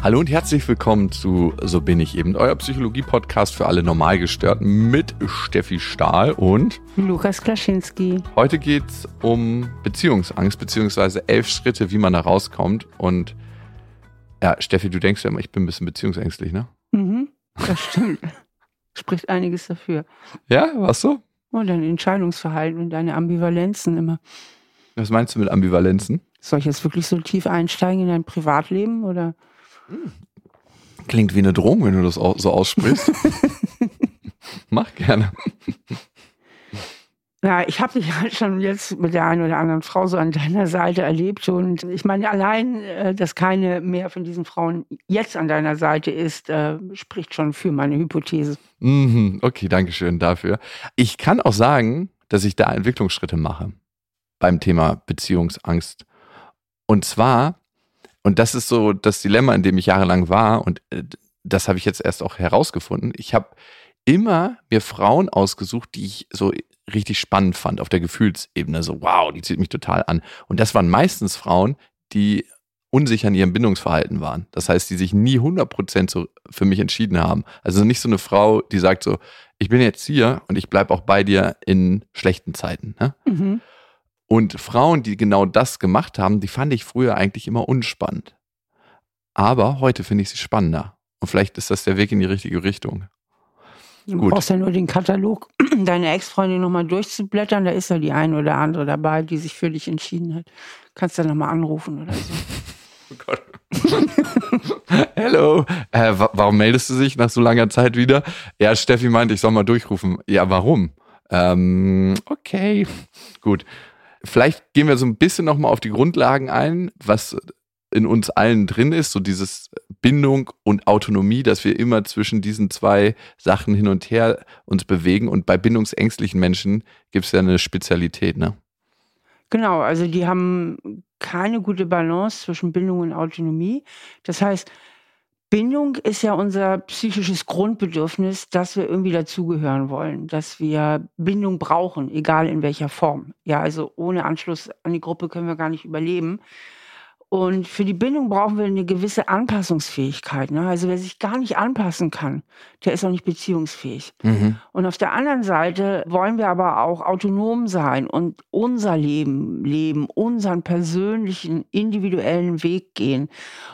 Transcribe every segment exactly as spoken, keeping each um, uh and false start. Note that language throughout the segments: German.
Hallo und herzlich willkommen zu So bin ich eben, euer Psychologie-Podcast für alle Normalgestörten mit Steffi Stahl und Lukas Klaschinski. Heute geht es um Beziehungsangst, beziehungsweise elf Schritte, wie man da rauskommt. Und ja, Steffi, du denkst ja immer, ich bin ein bisschen beziehungsängstlich, ne? Mhm, das stimmt. Spricht einiges dafür. Ja, was so? Und dein Entscheidungsverhalten und deine Ambivalenzen immer. Was meinst du mit Ambivalenzen? Soll ich jetzt wirklich so tief einsteigen in dein Privatleben, oder? Klingt wie eine Drohung, wenn du das so aussprichst. Mach gerne. Ja, ich habe dich halt schon jetzt mit der einen oder anderen Frau so an deiner Seite erlebt. Und ich meine, allein, äh, dass keine mehr von diesen Frauen jetzt an deiner Seite ist, äh, spricht schon für meine Hypothese. Mhm, okay, danke schön dafür. Ich kann auch sagen, dass ich da Entwicklungsschritte mache beim Thema Beziehungsangst. Und zwar, und das ist so das Dilemma, in dem ich jahrelang war, und äh, das habe ich jetzt erst auch herausgefunden. Ich habe immer mir Frauen ausgesucht, die ich so richtig spannend fand auf der Gefühlsebene. So, wow, die zieht mich total an. Und das waren meistens Frauen, die unsicher in ihrem Bindungsverhalten waren. Das heißt, die sich nie hundert Prozent so für mich entschieden haben. Also nicht so eine Frau, die sagt so, ich bin jetzt hier und ich bleibe auch bei dir in schlechten Zeiten. Ne? Mhm. Und Frauen, die genau das gemacht haben, die fand ich früher eigentlich immer unspannend. Aber heute finde ich sie spannender. Und vielleicht ist das der Weg in die richtige Richtung. Du Gut. brauchst ja nur den Katalog deiner Ex-Freundin nochmal durchzublättern. Da ist ja die eine oder andere dabei, die sich für dich entschieden hat. Kannst ja nochmal anrufen oder so. Oh Gott. Hello. Äh, wa- warum meldest du dich nach so langer Zeit wieder? Ja, Steffi meinte, ich soll mal durchrufen. Ja, warum? Ähm, okay. Gut. Vielleicht gehen wir so ein bisschen nochmal auf die Grundlagen ein, was in uns allen drin ist, so dieses Bindung und Autonomie, dass wir immer zwischen diesen zwei Sachen hin und her uns bewegen. Und bei bindungsängstlichen Menschen gibt es ja eine Spezialität, ne? Genau, also die haben keine gute Balance zwischen Bindung und Autonomie. Das heißt, Bindung ist ja unser psychisches Grundbedürfnis, dass wir irgendwie dazugehören wollen, dass wir Bindung brauchen, egal in welcher Form. Ja, also ohne Anschluss an die Gruppe können wir gar nicht überleben. Und für die Bindung brauchen wir eine gewisse Anpassungsfähigkeit. Ne? Also wer sich gar nicht anpassen kann, der ist auch nicht beziehungsfähig. Mhm. Und auf der anderen Seite wollen wir aber auch autonom sein und unser Leben leben, unseren persönlichen, individuellen Weg gehen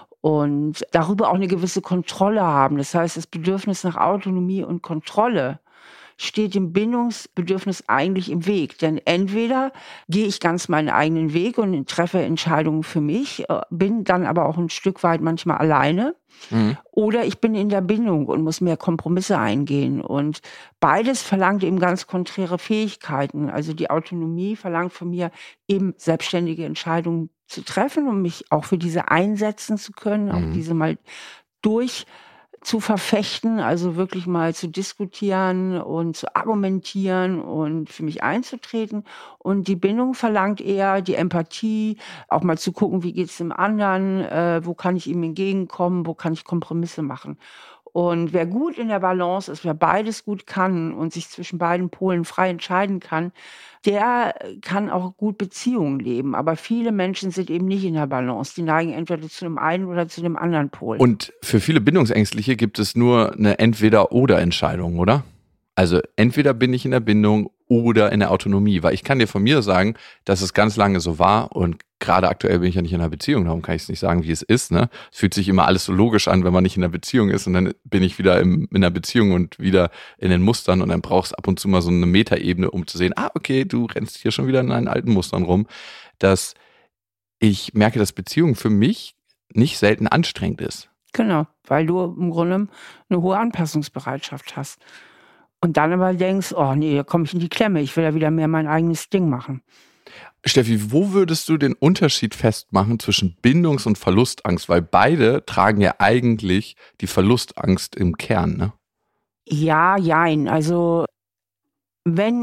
und darüber auch eine gewisse Kontrolle haben. Das heißt, das Bedürfnis nach Autonomie und Kontrolle steht dem Bindungsbedürfnis eigentlich im Weg. Denn entweder gehe ich ganz meinen eigenen Weg und treffe Entscheidungen für mich, äh, bin dann aber auch ein Stück weit manchmal alleine. Mhm. Oder ich bin in der Bindung und muss mehr Kompromisse eingehen. Und beides verlangt eben ganz konträre Fähigkeiten. Also die Autonomie verlangt von mir, eben selbstständige Entscheidungen zu treffen, um mich auch für diese einsetzen zu können, auch Mhm. diese mal durch zu verfechten, also wirklich mal zu diskutieren und zu argumentieren und für mich einzutreten. Und die Bindung verlangt eher die Empathie, auch mal zu gucken, wie geht es dem anderen, äh, wo kann ich ihm entgegenkommen, wo kann ich Kompromisse machen. Und wer gut in der Balance ist, wer beides gut kann und sich zwischen beiden Polen frei entscheiden kann, der kann auch gut Beziehungen leben. Aber viele Menschen sind eben nicht in der Balance. Die neigen entweder zu dem einen oder zu dem anderen Pol. Und für viele Bindungsängstliche gibt es nur eine Entweder-oder-Entscheidung, oder? Also entweder bin ich in der Bindung oder in der Autonomie. Weil ich kann dir von mir sagen, dass es ganz lange so war und gerade aktuell bin ich ja nicht in einer Beziehung, darum kann ich es nicht sagen, wie es ist. Ne? Es fühlt sich immer alles so logisch an, wenn man nicht in einer Beziehung ist und dann bin ich wieder im, in einer Beziehung und wieder in den Mustern und dann brauchst du ab und zu mal so eine Metaebene, um zu sehen, ah, okay, du rennst hier schon wieder in deinen alten Mustern rum, dass ich merke, dass Beziehung für mich nicht selten anstrengend ist. Genau, weil du im Grunde eine hohe Anpassungsbereitschaft hast. Und dann aber denkst, oh nee, da komme ich in die Klemme, ich will ja wieder mehr mein eigenes Ding machen. Steffi, wo würdest du den Unterschied festmachen zwischen Bindungs- und Verlustangst? Weil beide tragen ja eigentlich die Verlustangst im Kern, ne? Ja, jein. Also wenn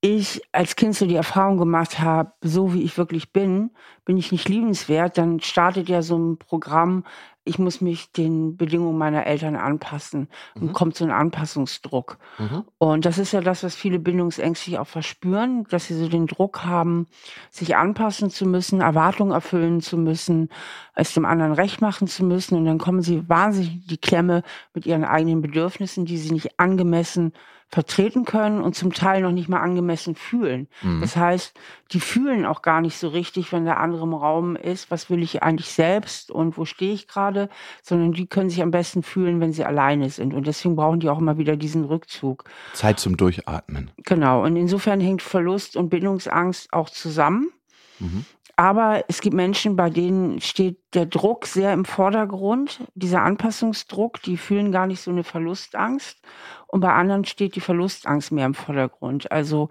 ich als Kind so die Erfahrung gemacht habe, so wie ich wirklich bin, bin ich nicht liebenswert, dann startet ja so ein Programm, ich muss mich den Bedingungen meiner Eltern anpassen und Mhm. kommt so ein Anpassungsdruck. Mhm. Und das ist ja das, was viele Bindungsängstliche auch verspüren, dass sie so den Druck haben, sich anpassen zu müssen, Erwartungen erfüllen zu müssen, es dem anderen recht machen zu müssen. Und dann kommen sie wahnsinnig in die Klemme mit ihren eigenen Bedürfnissen, die sie nicht angemessen vertreten können und zum Teil noch nicht mal angemessen fühlen. Mhm. Das heißt, die fühlen auch gar nicht so richtig, wenn der andere im Raum ist, was will ich eigentlich selbst und wo stehe ich gerade, sondern die können sich am besten fühlen, wenn sie alleine sind. Und deswegen brauchen die auch immer wieder diesen Rückzug. Zeit zum Durchatmen. Genau. Und insofern hängt Verlust und Bindungsangst auch zusammen. Mhm. Aber es gibt Menschen, bei denen steht der Druck sehr im Vordergrund, dieser Anpassungsdruck, die fühlen gar nicht so eine Verlustangst. Und bei anderen steht die Verlustangst mehr im Vordergrund. Also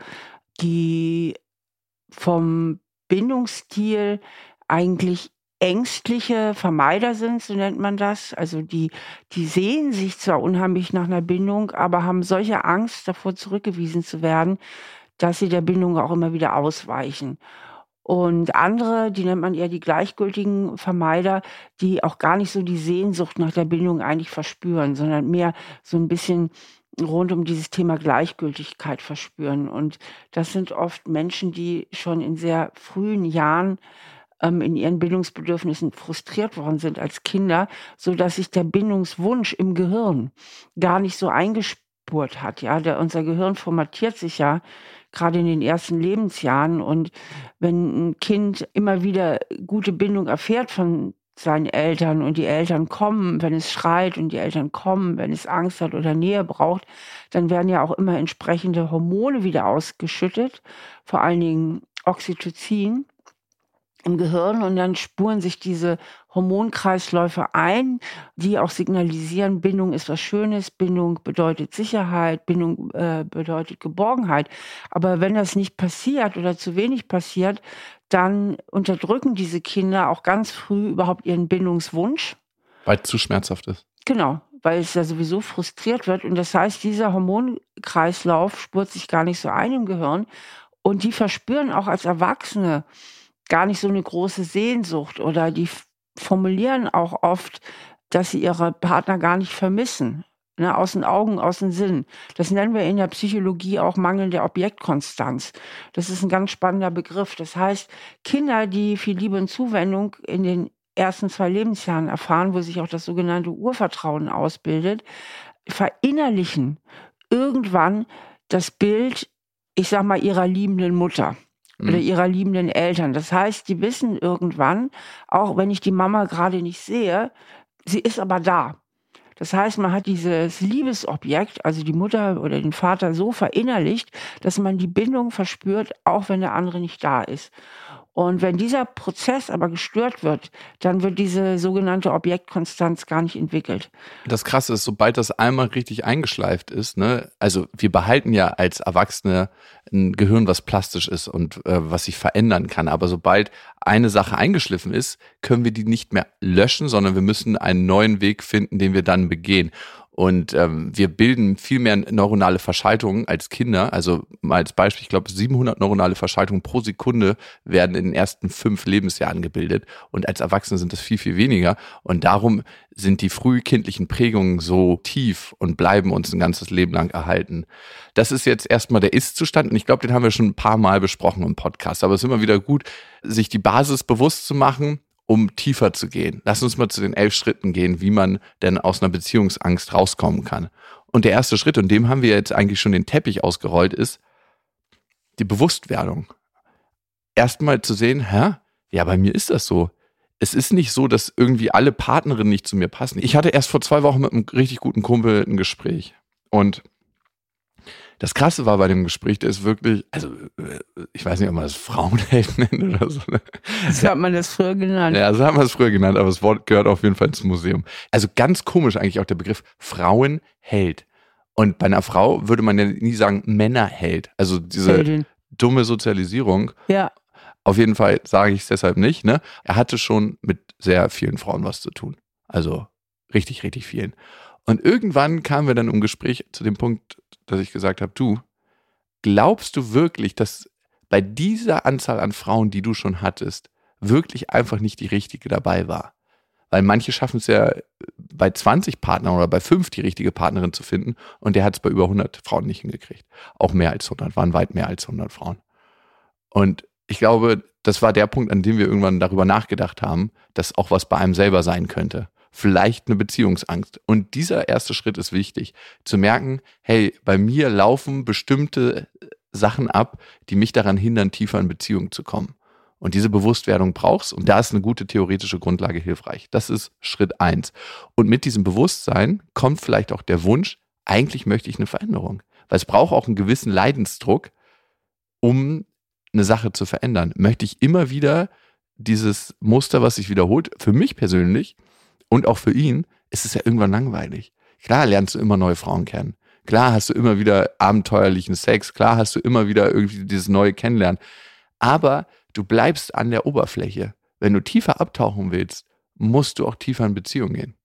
die vom Bindungsstil eigentlich ängstliche Vermeider sind, so nennt man das. Also die, die sehen sich zwar unheimlich nach einer Bindung, aber haben solche Angst davor, zurückgewiesen zu werden, dass sie der Bindung auch immer wieder ausweichen. Und andere, die nennt man eher die gleichgültigen Vermeider, die auch gar nicht so die Sehnsucht nach der Bindung eigentlich verspüren, sondern mehr so ein bisschen rund um dieses Thema Gleichgültigkeit verspüren. Und das sind oft Menschen, die schon in sehr frühen Jahren ähm, in ihren Bindungsbedürfnissen frustriert worden sind als Kinder, so dass sich der Bindungswunsch im Gehirn gar nicht so eingespurt hat. Ja, der, unser Gehirn formatiert sich ja gerade in den ersten Lebensjahren. Und wenn ein Kind immer wieder gute Bindung erfährt von seinen Eltern und die Eltern kommen, wenn es schreit und die Eltern kommen, wenn es Angst hat oder Nähe braucht, dann werden ja auch immer entsprechende Hormone wieder ausgeschüttet, vor allen Dingen Oxytocin im Gehirn, und dann spuren sich diese Hormonkreisläufe ein, die auch signalisieren, Bindung ist was Schönes, Bindung bedeutet Sicherheit, Bindung äh, bedeutet Geborgenheit. Aber wenn das nicht passiert oder zu wenig passiert, dann unterdrücken diese Kinder auch ganz früh überhaupt ihren Bindungswunsch. Weil es zu schmerzhaft ist. Genau, weil es ja sowieso frustriert wird. Und das heißt, dieser Hormonkreislauf spurt sich gar nicht so ein im Gehirn. Und die verspüren auch als Erwachsene gar nicht so eine große Sehnsucht, oder die f- formulieren auch oft, dass sie ihre Partner gar nicht vermissen. Ne, aus den Augen, aus dem Sinn. Das nennen wir in der Psychologie auch mangelnde Objektkonstanz. Das ist ein ganz spannender Begriff. Das heißt, Kinder, die viel Liebe und Zuwendung in den ersten zwei Lebensjahren erfahren, wo sich auch das sogenannte Urvertrauen ausbildet, verinnerlichen irgendwann das Bild, ich sag mal, ihrer liebenden Mutter oder ihrer liebenden Eltern. Das heißt, die wissen irgendwann, auch wenn ich die Mama gerade nicht sehe, sie ist aber da. Das heißt, man hat dieses Liebesobjekt, also die Mutter oder den Vater, so verinnerlicht, dass man die Bindung verspürt, auch wenn der andere nicht da ist. Und wenn dieser Prozess aber gestört wird, dann wird diese sogenannte Objektkonstanz gar nicht entwickelt. Das Krasse ist, sobald das einmal richtig eingeschleift ist, ne, also wir behalten ja als Erwachsene ein Gehirn, was plastisch ist und äh, was sich verändern kann. Aber sobald eine Sache eingeschliffen ist, können wir die nicht mehr löschen, sondern wir müssen einen neuen Weg finden, den wir dann begehen. Und ähm, wir bilden viel mehr neuronale Verschaltungen als Kinder. Also mal als Beispiel, ich glaube, siebenhundert neuronale Verschaltungen pro Sekunde werden in den ersten fünf Lebensjahren gebildet. Und als Erwachsene sind das viel, viel weniger. Und darum sind die frühkindlichen Prägungen so tief und bleiben uns ein ganzes Leben lang erhalten. Das ist jetzt erstmal der Ist-Zustand. Und ich glaube, den haben wir schon ein paar Mal besprochen im Podcast. Aber es ist immer wieder gut, sich die Basis bewusst zu machen, um tiefer zu gehen. Lass uns mal zu den elf Schritten gehen, wie man denn aus einer Beziehungsangst rauskommen kann. Und der erste Schritt, und dem haben wir jetzt eigentlich schon den Teppich ausgerollt, ist die Bewusstwerdung. Erstmal zu sehen, hä? Ja, bei mir ist das so. Es ist nicht so, dass irgendwie alle Partnerinnen nicht zu mir passen. Ich hatte erst vor zwei Wochen mit einem richtig guten Kumpel ein Gespräch. Und das Krasse war bei dem Gespräch, der ist wirklich, also ich weiß nicht, ob man das Frauenheld nennt oder so. So hat man das früher genannt. Ja, so haben wir es früher genannt, aber das Wort gehört auf jeden Fall ins Museum. Also ganz komisch eigentlich auch der Begriff Frauenheld. Und bei einer Frau würde man ja nie sagen Männerheld. Also diese Heldin. dumme Sozialisierung. Ja. Auf jeden Fall sage ich es deshalb nicht. Ne? Er hatte schon mit sehr vielen Frauen was zu tun. Also richtig, richtig vielen. Und irgendwann kamen wir dann im Gespräch zu dem Punkt, dass ich gesagt habe, du, glaubst du wirklich, dass bei dieser Anzahl an Frauen, die du schon hattest, wirklich einfach nicht die richtige dabei war? Weil manche schaffen es ja bei zwanzig Partnern oder bei fünf die richtige Partnerin zu finden und der hat es bei über hundert Frauen nicht hingekriegt. Auch mehr als hundert, waren weit mehr als hundert Frauen. Und ich glaube, das war der Punkt, an dem wir irgendwann darüber nachgedacht haben, dass auch was bei einem selber sein könnte. Vielleicht eine Beziehungsangst. Und dieser erste Schritt ist wichtig, zu merken, hey, bei mir laufen bestimmte Sachen ab, die mich daran hindern, tiefer in Beziehung zu kommen. Und diese Bewusstwerdung brauchst und da ist eine gute theoretische Grundlage hilfreich. Das ist Schritt eins. Und mit diesem Bewusstsein kommt vielleicht auch der Wunsch, eigentlich möchte ich eine Veränderung. Weil es braucht auch einen gewissen Leidensdruck, um eine Sache zu verändern. Möchte ich immer wieder dieses Muster, was sich wiederholt, für mich persönlich und auch für ihn, ist es ja irgendwann langweilig. Klar lernst du immer neue Frauen kennen. Klar hast du immer wieder abenteuerlichen Sex. Klar hast du immer wieder irgendwie dieses neue Kennenlernen. Aber du bleibst an der Oberfläche. Wenn du tiefer abtauchen willst, musst du auch tiefer in Beziehung gehen.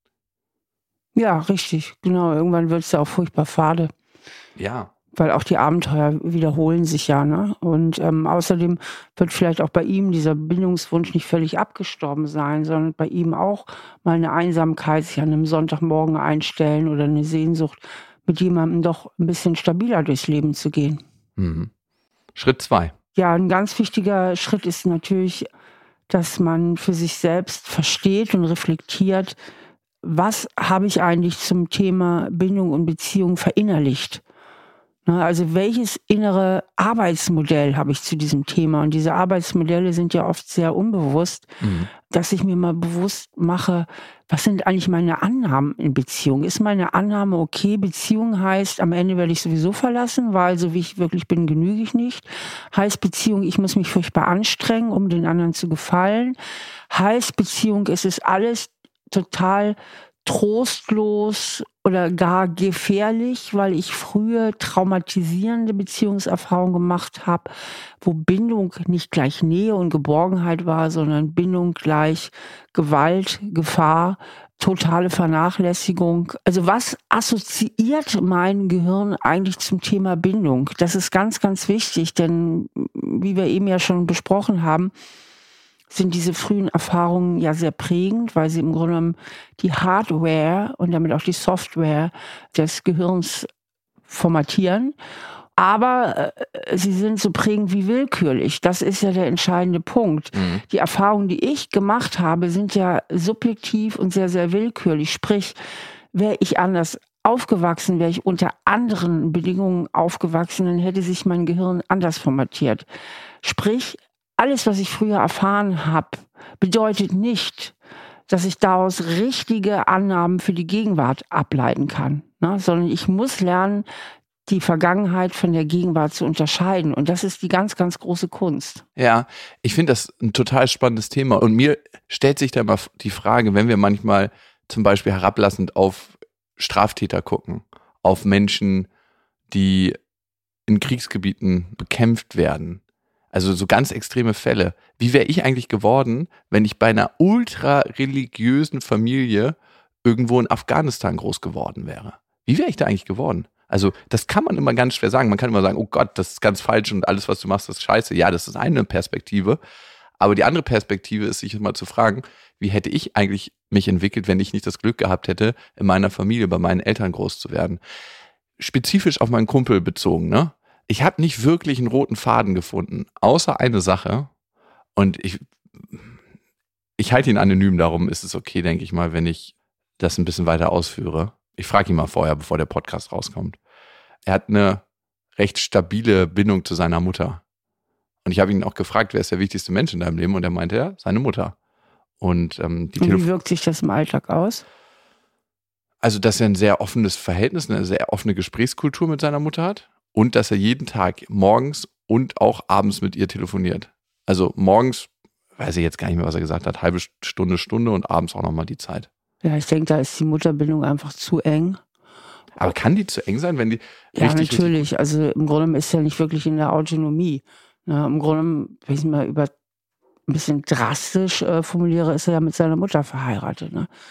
Ja, richtig, genau. Irgendwann wird es ja auch furchtbar fade. Ja. Weil auch die Abenteuer wiederholen sich ja, ne? Und ähm, außerdem wird vielleicht auch bei ihm dieser Bindungswunsch nicht völlig abgestorben sein, sondern bei ihm auch mal eine Einsamkeit sich an einem Sonntagmorgen einstellen oder eine Sehnsucht, mit jemandem doch ein bisschen stabiler durchs Leben zu gehen. Mhm. Schritt zwei. Ja, ein ganz wichtiger Schritt ist natürlich, dass man für sich selbst versteht und reflektiert, was habe ich eigentlich zum Thema Bindung und Beziehung verinnerlicht? Na, also welches innere Arbeitsmodell habe ich zu diesem Thema? Und diese Arbeitsmodelle sind ja oft sehr unbewusst, Mhm. dass ich mir mal bewusst mache, was sind eigentlich meine Annahmen in Beziehung? Ist meine Annahme, okay, Beziehung heißt, am Ende werde ich sowieso verlassen, weil so wie ich wirklich bin, genüge ich nicht. Heißt Beziehung, ich muss mich furchtbar anstrengen, um den anderen zu gefallen. Heißt Beziehung, es ist alles total trostlos oder gar gefährlich, weil ich früher traumatisierende Beziehungserfahrungen gemacht habe, wo Bindung nicht gleich Nähe und Geborgenheit war, sondern Bindung gleich Gewalt, Gefahr, totale Vernachlässigung. Also was assoziiert mein Gehirn eigentlich zum Thema Bindung? Das ist ganz, ganz wichtig, denn wie wir eben ja schon besprochen haben, sind diese frühen Erfahrungen ja sehr prägend, weil sie im Grunde genommen die Hardware und damit auch die Software des Gehirns formatieren. Aber äh, sie sind so prägend wie willkürlich. Das ist ja der entscheidende Punkt. Mhm. Die Erfahrungen, die ich gemacht habe, sind ja subjektiv und sehr, sehr willkürlich. Sprich, wäre ich anders aufgewachsen, wäre ich unter anderen Bedingungen aufgewachsen, dann hätte sich mein Gehirn anders formatiert. Sprich, alles, was ich früher erfahren habe, bedeutet nicht, dass ich daraus richtige Annahmen für die Gegenwart ableiten kann, ne? Sondern ich muss lernen, die Vergangenheit von der Gegenwart zu unterscheiden. Und das ist die ganz, ganz große Kunst. Ja, ich finde das ein total spannendes Thema. Und mir stellt sich da mal die Frage, wenn wir manchmal zum Beispiel herablassend auf Straftäter gucken, auf Menschen, die in Kriegsgebieten bekämpft werden, also so ganz extreme Fälle. Wie wäre ich eigentlich geworden, wenn ich bei einer ultra-religiösen Familie irgendwo in Afghanistan groß geworden wäre? Wie wäre ich da eigentlich geworden? Also das kann man immer ganz schwer sagen. Man kann immer sagen, oh Gott, das ist ganz falsch und alles, was du machst, ist scheiße. Ja, das ist eine Perspektive. Aber die andere Perspektive ist, sich mal zu fragen, wie hätte ich eigentlich mich entwickelt, wenn ich nicht das Glück gehabt hätte, in meiner Familie, bei meinen Eltern groß zu werden? Spezifisch auf meinen Kumpel bezogen, ne? Ich habe nicht wirklich einen roten Faden gefunden, außer eine Sache. Und ich, ich halte ihn anonym, darum ist es okay, denke ich mal, wenn ich das ein bisschen weiter ausführe. Ich frage ihn mal vorher, bevor der Podcast rauskommt. Er hat eine recht stabile Bindung zu seiner Mutter. Und ich habe ihn auch gefragt, wer ist der wichtigste Mensch in deinem Leben? Und er meinte, ja, seine Mutter. Und, ähm, die Und wie Telef- wirkt sich das im Alltag aus? Also, dass er ein sehr offenes Verhältnis, eine sehr offene Gesprächskultur mit seiner Mutter hat. Und dass er jeden Tag morgens und auch abends mit ihr telefoniert. Also morgens, weiß ich jetzt gar nicht mehr, was er gesagt hat, halbe Stunde, Stunde und abends auch nochmal die Zeit. Ja, ich denke, da ist die Mutterbindung einfach zu eng. Aber kann die zu eng sein, wenn die Ja, richtig, natürlich. richtig Also im Grunde ist er nicht wirklich in der Autonomie. Ja, im Grunde, wenn ich es mal über ein bisschen drastisch äh, formuliere, ist er ja mit seiner Mutter verheiratet. Ne?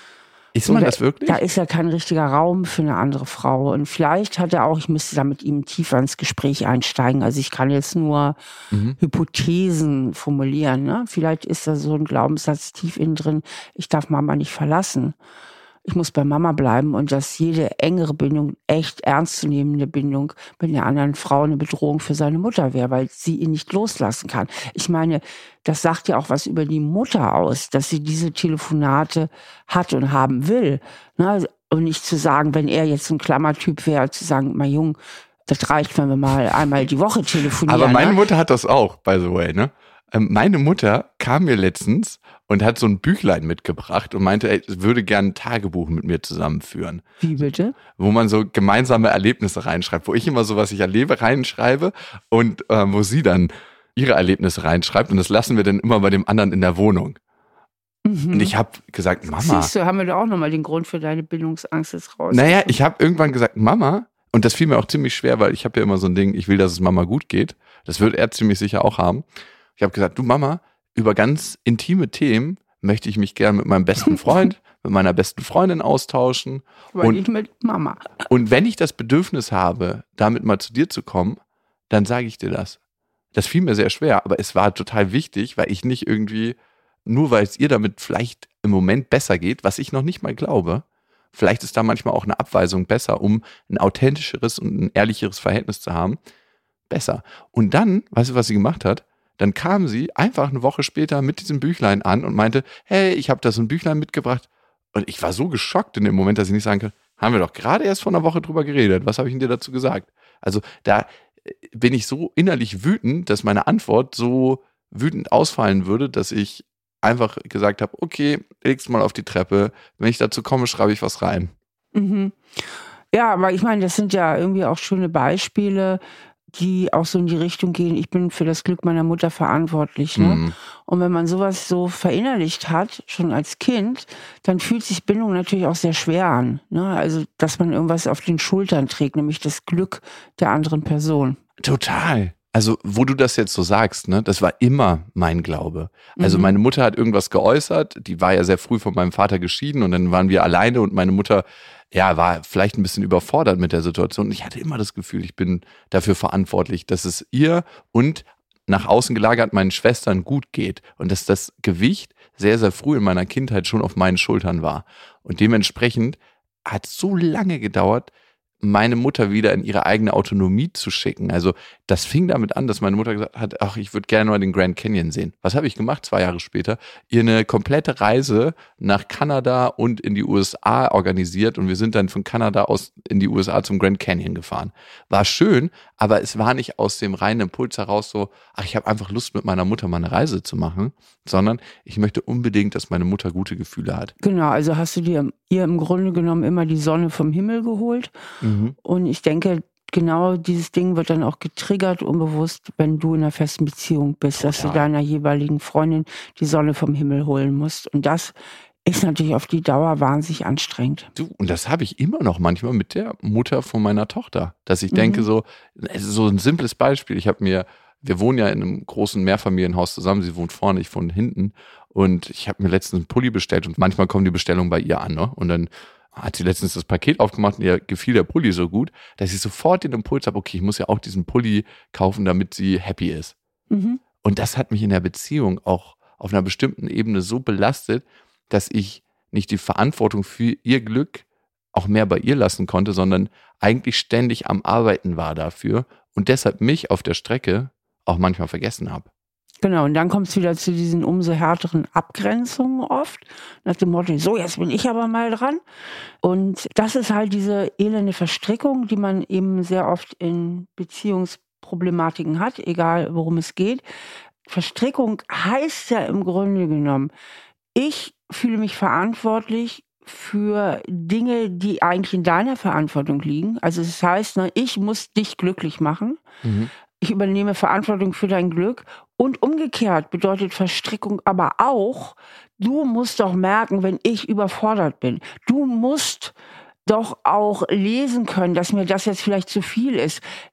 Ist So, man da, das wirklich? da ist ja kein richtiger Raum für eine andere Frau. Und vielleicht hat er auch, ich müsste da mit ihm tiefer ins Gespräch einsteigen. Also ich kann jetzt nur Mhm. Hypothesen formulieren. Ne? Vielleicht ist da so ein Glaubenssatz tief innen drin, ich darf Mama nicht verlassen. Ich muss bei Mama bleiben und dass jede engere Bindung, echt ernstzunehmende Bindung mit einer anderen Frau eine Bedrohung für seine Mutter wäre, weil sie ihn nicht loslassen kann. Ich meine, das sagt ja auch was über die Mutter aus, dass sie diese Telefonate hat und haben will. Ne? Und nicht zu sagen, wenn er jetzt ein Klammertyp wäre, zu sagen, mein Junge, das reicht, wenn wir mal einmal die Woche telefonieren. Aber meine ne? Mutter hat das auch, by the way, ne? Ähm, Meine Mutter kam mir letztens und hat so ein Büchlein mitgebracht und meinte, ey, sie würde gerne ein Tagebuch mit mir zusammenführen, Wie bitte? wo man so gemeinsame Erlebnisse reinschreibt, wo ich immer so, was ich erlebe, reinschreibe und äh, wo sie dann ihre Erlebnisse reinschreibt und das lassen wir dann immer bei dem anderen in der Wohnung. Mhm. Und ich habe gesagt, Mama, Siehst du, haben wir da auch nochmal den Grund für deine Bindungsangst jetzt raus. naja, ich habe irgendwann gesagt, Mama, und das fiel mir auch ziemlich schwer, weil ich habe ja immer so ein Ding, ich will, dass es Mama gut geht. Das wird er ziemlich sicher auch haben. Ich habe gesagt, du Mama, über ganz intime Themen möchte ich mich gerne mit meinem besten Freund, mit meiner besten Freundin austauschen. Aber Und, nicht mit Mama. und wenn ich das Bedürfnis habe, damit mal zu dir zu kommen, dann sage ich dir das. Das fiel mir sehr schwer, aber es war total wichtig, weil ich nicht irgendwie, nur weil es ihr damit vielleicht im Moment besser geht, was ich noch nicht mal glaube, vielleicht ist da manchmal auch eine Abweisung besser, um ein authentischeres und ein ehrlicheres Verhältnis zu haben, besser. Und dann, weißt du, was sie gemacht hat? Dann kam sie einfach eine Woche später mit diesem Büchlein an und meinte, hey, ich habe da so ein Büchlein mitgebracht. Und ich war so geschockt in dem Moment, dass ich nicht sagen kann, haben wir doch gerade erst vor einer Woche drüber geredet. Was habe ich denn dir dazu gesagt? Also da bin ich so innerlich wütend, dass meine Antwort so wütend ausfallen würde, dass ich einfach gesagt habe, okay, leg's mal auf die Treppe. Wenn ich dazu komme, schreibe ich was rein. Mhm. Ja, aber ich meine, das sind ja irgendwie auch schöne Beispiele, die auch so in die Richtung gehen, ich bin für das Glück meiner Mutter verantwortlich. Ne? Mhm. Und wenn man sowas so verinnerlicht hat, schon als Kind, dann fühlt sich Bindung natürlich auch sehr schwer an. Ne? Also, dass man irgendwas auf den Schultern trägt, nämlich das Glück der anderen Person. Total. Also, wo du das jetzt so sagst, ne, das war immer mein Glaube. Also, Mhm. meine Mutter hat irgendwas geäußert, die war ja sehr früh von meinem Vater geschieden und dann waren wir alleine und meine Mutter, ja, war vielleicht ein bisschen überfordert mit der Situation. Und ich hatte immer das Gefühl, ich bin dafür verantwortlich, dass es ihr und nach außen gelagert meinen Schwestern gut geht und dass das Gewicht sehr, sehr früh in meiner Kindheit schon auf meinen Schultern war. Und dementsprechend hat es so lange gedauert, meine Mutter wieder in ihre eigene Autonomie zu schicken. Also das fing damit an, dass meine Mutter gesagt hat, ach, ich würde gerne mal den Grand Canyon sehen. Was habe ich gemacht zwei Jahre später? Ihr eine komplette Reise nach Kanada und in die U S A organisiert und wir sind dann von Kanada aus in die U S A zum Grand Canyon gefahren. War schön, aber es war nicht aus dem reinen Impuls heraus so, ach, ich habe einfach Lust mit meiner Mutter mal eine Reise zu machen, sondern ich möchte unbedingt, dass meine Mutter gute Gefühle hat. Genau, also hast du dir ihr im Grunde genommen immer die Sonne vom Himmel geholt. Mhm. Und ich denke, genau dieses Ding wird dann auch getriggert, unbewusst, wenn du in einer festen Beziehung bist, dass du Total. deiner jeweiligen Freundin die Sonne vom Himmel holen musst. Und das ist natürlich auf die Dauer wahnsinnig anstrengend. Du, und das habe ich immer noch manchmal mit der Mutter von meiner Tochter, dass ich Mhm. denke so, es ist so ein simples Beispiel. Ich habe mir, wir wohnen ja in einem großen Mehrfamilienhaus zusammen, sie wohnt vorne, ich wohne hinten und ich habe mir letztens einen Pulli bestellt und manchmal kommen die Bestellungen bei ihr an, ne? Und dann hat sie letztens das Paket aufgemacht und ihr gefiel der Pulli so gut, dass ich sofort den Impuls habe, okay, ich muss ja auch diesen Pulli kaufen, damit sie happy ist. Mhm. Und das hat mich in der Beziehung auch auf einer bestimmten Ebene so belastet, dass ich nicht die Verantwortung für ihr Glück auch mehr bei ihr lassen konnte, sondern eigentlich ständig am Arbeiten war dafür und deshalb mich auf der Strecke auch manchmal vergessen habe. Genau, und dann kommt es wieder zu diesen umso härteren Abgrenzungen oft, nach dem Motto, so, jetzt bin ich aber mal dran. Und das ist halt diese elende Verstrickung, die man eben sehr oft in Beziehungsproblematiken hat, egal worum es geht. Verstrickung heißt ja im Grunde genommen, ich fühle mich verantwortlich für Dinge, die eigentlich in deiner Verantwortung liegen. Also das heißt, ne, ich muss dich glücklich machen. Mhm. Ich übernehme Verantwortung für dein Glück. Und umgekehrt bedeutet Verstrickung aber auch, du musst doch merken, wenn ich überfordert bin. Du musst doch auch lesen können, dass mir das jetzt vielleicht zu viel ist.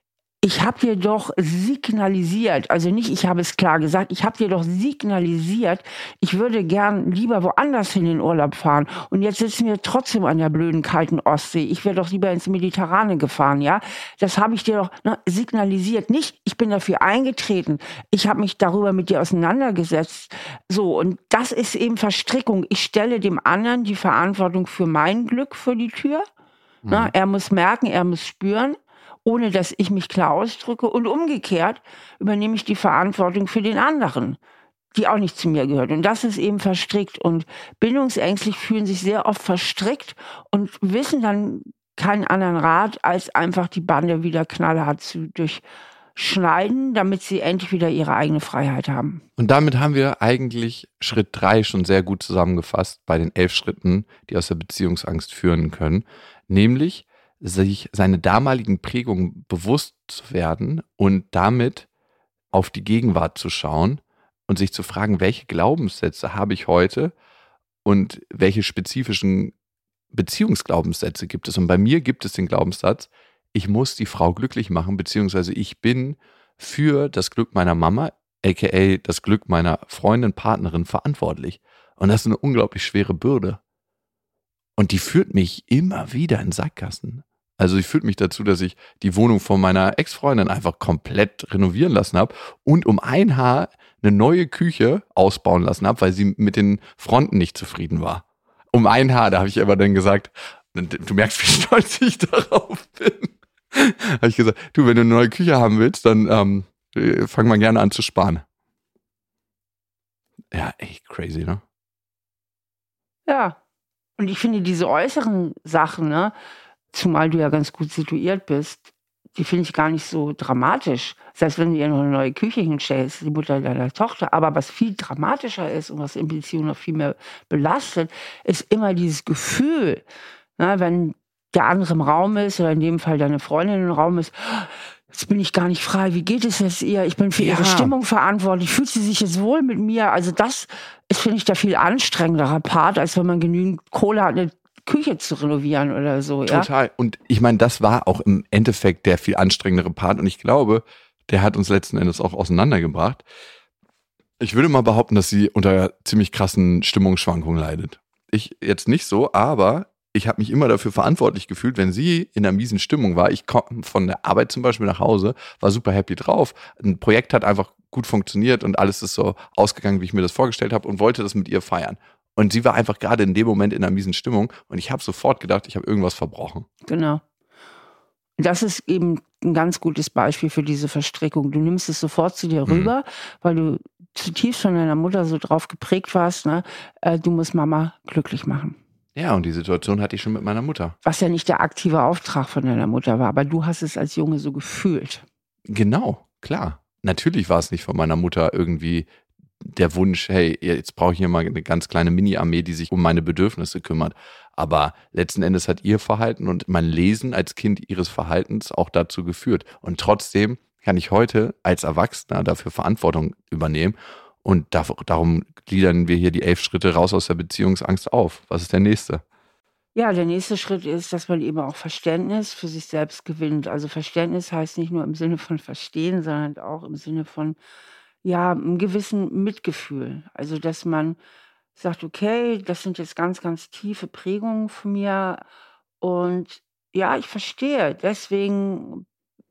ich habe dir doch signalisiert, also nicht, ich habe es klar gesagt, ich habe dir doch signalisiert, ich würde gern lieber woanders hin in den Urlaub fahren. Und jetzt sitzen wir trotzdem an der blöden, kalten Ostsee. Ich wäre doch lieber ins Mediterrane gefahren, ja. Das habe ich dir doch ne, signalisiert. Nicht, ich bin dafür eingetreten. Ich habe mich darüber mit dir auseinandergesetzt. So, und das ist eben Verstrickung. Ich stelle dem anderen die Verantwortung für mein Glück vor die Tür. Mhm. Na, er muss merken, er muss spüren, ohne dass ich mich klar ausdrücke. Und umgekehrt übernehme ich die Verantwortung für den anderen, die auch nicht zu mir gehört. Und das ist eben verstrickt. Und bindungsängstlich fühlen sich sehr oft verstrickt und wissen dann keinen anderen Rat, als einfach die Bande wieder knallhart zu durchschneiden, damit sie endlich wieder ihre eigene Freiheit haben. Und damit haben wir eigentlich Schritt drei schon sehr gut zusammengefasst bei den elf Schritten, die aus der Beziehungsangst führen können. Nämlich, sich seine damaligen Prägungen bewusst zu werden und damit auf die Gegenwart zu schauen und sich zu fragen, welche Glaubenssätze habe ich heute und welche spezifischen Beziehungsglaubenssätze gibt es. Und bei mir gibt es den Glaubenssatz, ich muss die Frau glücklich machen, beziehungsweise ich bin für das Glück meiner Mama, aka das Glück meiner Freundin, Partnerin verantwortlich. Und das ist eine unglaublich schwere Bürde. Und die führt mich immer wieder in Sackgassen. Also die führt mich dazu, dass ich die Wohnung von meiner Ex-Freundin einfach komplett renovieren lassen habe und um ein Haar eine neue Küche ausbauen lassen habe, weil sie mit den Fronten nicht zufrieden war. Um ein Haar, da habe ich aber dann gesagt, du merkst, wie stolz ich darauf bin. Habe ich gesagt, du, wenn du eine neue Küche haben willst, dann ähm, fang mal gerne an zu sparen. Ja, echt crazy, ne? Ja. Und ich finde diese äußeren Sachen, ne, zumal du ja ganz gut situiert bist, die finde ich gar nicht so dramatisch. Selbst wenn du ihr noch eine neue Küche hinstellst, die Mutter deiner Tochter. Aber was viel dramatischer ist und was in Beziehungen noch viel mehr belastet, ist immer dieses Gefühl, ne, wenn der andere im Raum ist oder in dem Fall deine Freundin im Raum ist, jetzt bin ich gar nicht frei, wie geht es jetzt ihr? Ich bin für ja. ihre Stimmung verantwortlich. Fühlt sie sich jetzt wohl mit mir? Also das ist, finde ich, der viel anstrengenderer Part, als wenn man genügend Kohle hat, eine Küche zu renovieren oder so. Ja? Total. Und ich meine, das war auch im Endeffekt der viel anstrengendere Part. Und ich glaube, der hat uns letzten Endes auch auseinandergebracht. Ich würde mal behaupten, dass sie unter ziemlich krassen Stimmungsschwankungen leidet. Ich jetzt nicht so, aber ich habe mich immer dafür verantwortlich gefühlt, wenn sie in einer miesen Stimmung war. Ich komme von der Arbeit zum Beispiel nach Hause, war super happy drauf. Ein Projekt hat einfach gut funktioniert und alles ist so ausgegangen, wie ich mir das vorgestellt habe und wollte das mit ihr feiern. Und sie war einfach gerade in dem Moment in einer miesen Stimmung und ich habe sofort gedacht, ich habe irgendwas verbrochen. Genau. Das ist eben ein ganz gutes Beispiel für diese Verstrickung. Du nimmst es sofort zu dir rüber, mhm. weil du zutiefst von deiner Mutter so drauf geprägt warst, ne? äh, du musst Mama glücklich machen. Ja, und die Situation hatte ich schon mit meiner Mutter. Was ja nicht der aktive Auftrag von deiner Mutter war, aber du hast es als Junge so gefühlt. Genau, klar. Natürlich war es nicht von meiner Mutter irgendwie der Wunsch, hey, jetzt brauche ich hier mal eine ganz kleine Mini-Armee, die sich um meine Bedürfnisse kümmert. Aber letzten Endes hat ihr Verhalten und mein Lesen als Kind ihres Verhaltens auch dazu geführt. Und trotzdem kann ich heute als Erwachsener dafür Verantwortung übernehmen. Und darum gliedern wir hier die elf Schritte raus aus der Beziehungsangst auf. Was ist der nächste? Ja, der nächste Schritt ist, dass man eben auch Verständnis für sich selbst gewinnt. Also Verständnis heißt nicht nur im Sinne von Verstehen, sondern auch im Sinne von, ja, einem gewissen Mitgefühl. Also dass man sagt, okay, das sind jetzt ganz, ganz tiefe Prägungen von mir. Und ja, ich verstehe. Deswegen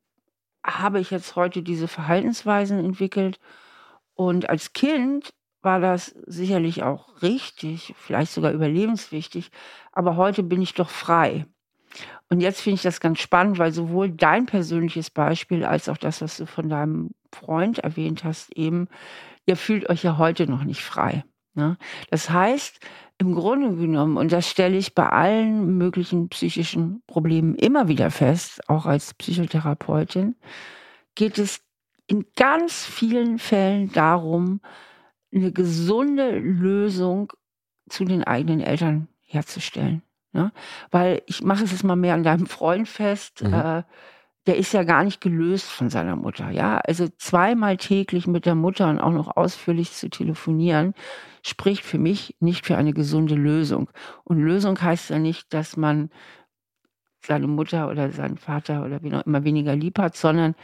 habe ich jetzt heute diese Verhaltensweisen entwickelt. Und als Kind war das sicherlich auch richtig, vielleicht sogar überlebenswichtig, aber heute bin ich doch frei. Und jetzt finde ich das ganz spannend, weil sowohl dein persönliches Beispiel als auch das, was du von deinem Freund erwähnt hast, eben, ihr fühlt euch ja heute noch nicht frei. Ne? Das heißt, im Grunde genommen, und das stelle ich bei allen möglichen psychischen Problemen immer wieder fest, auch als Psychotherapeutin, geht es in ganz vielen Fällen darum, eine gesunde Lösung zu den eigenen Eltern herzustellen. Ne? Weil ich mache es jetzt mal mehr an deinem Freund fest, mhm. äh, der ist ja gar nicht gelöst von seiner Mutter. Ja? Also zweimal täglich mit der Mutter und auch noch ausführlich zu telefonieren, spricht für mich nicht für eine gesunde Lösung. Und Lösung heißt ja nicht, dass man seine Mutter oder seinen Vater oder wie noch immer weniger lieb hat, sondern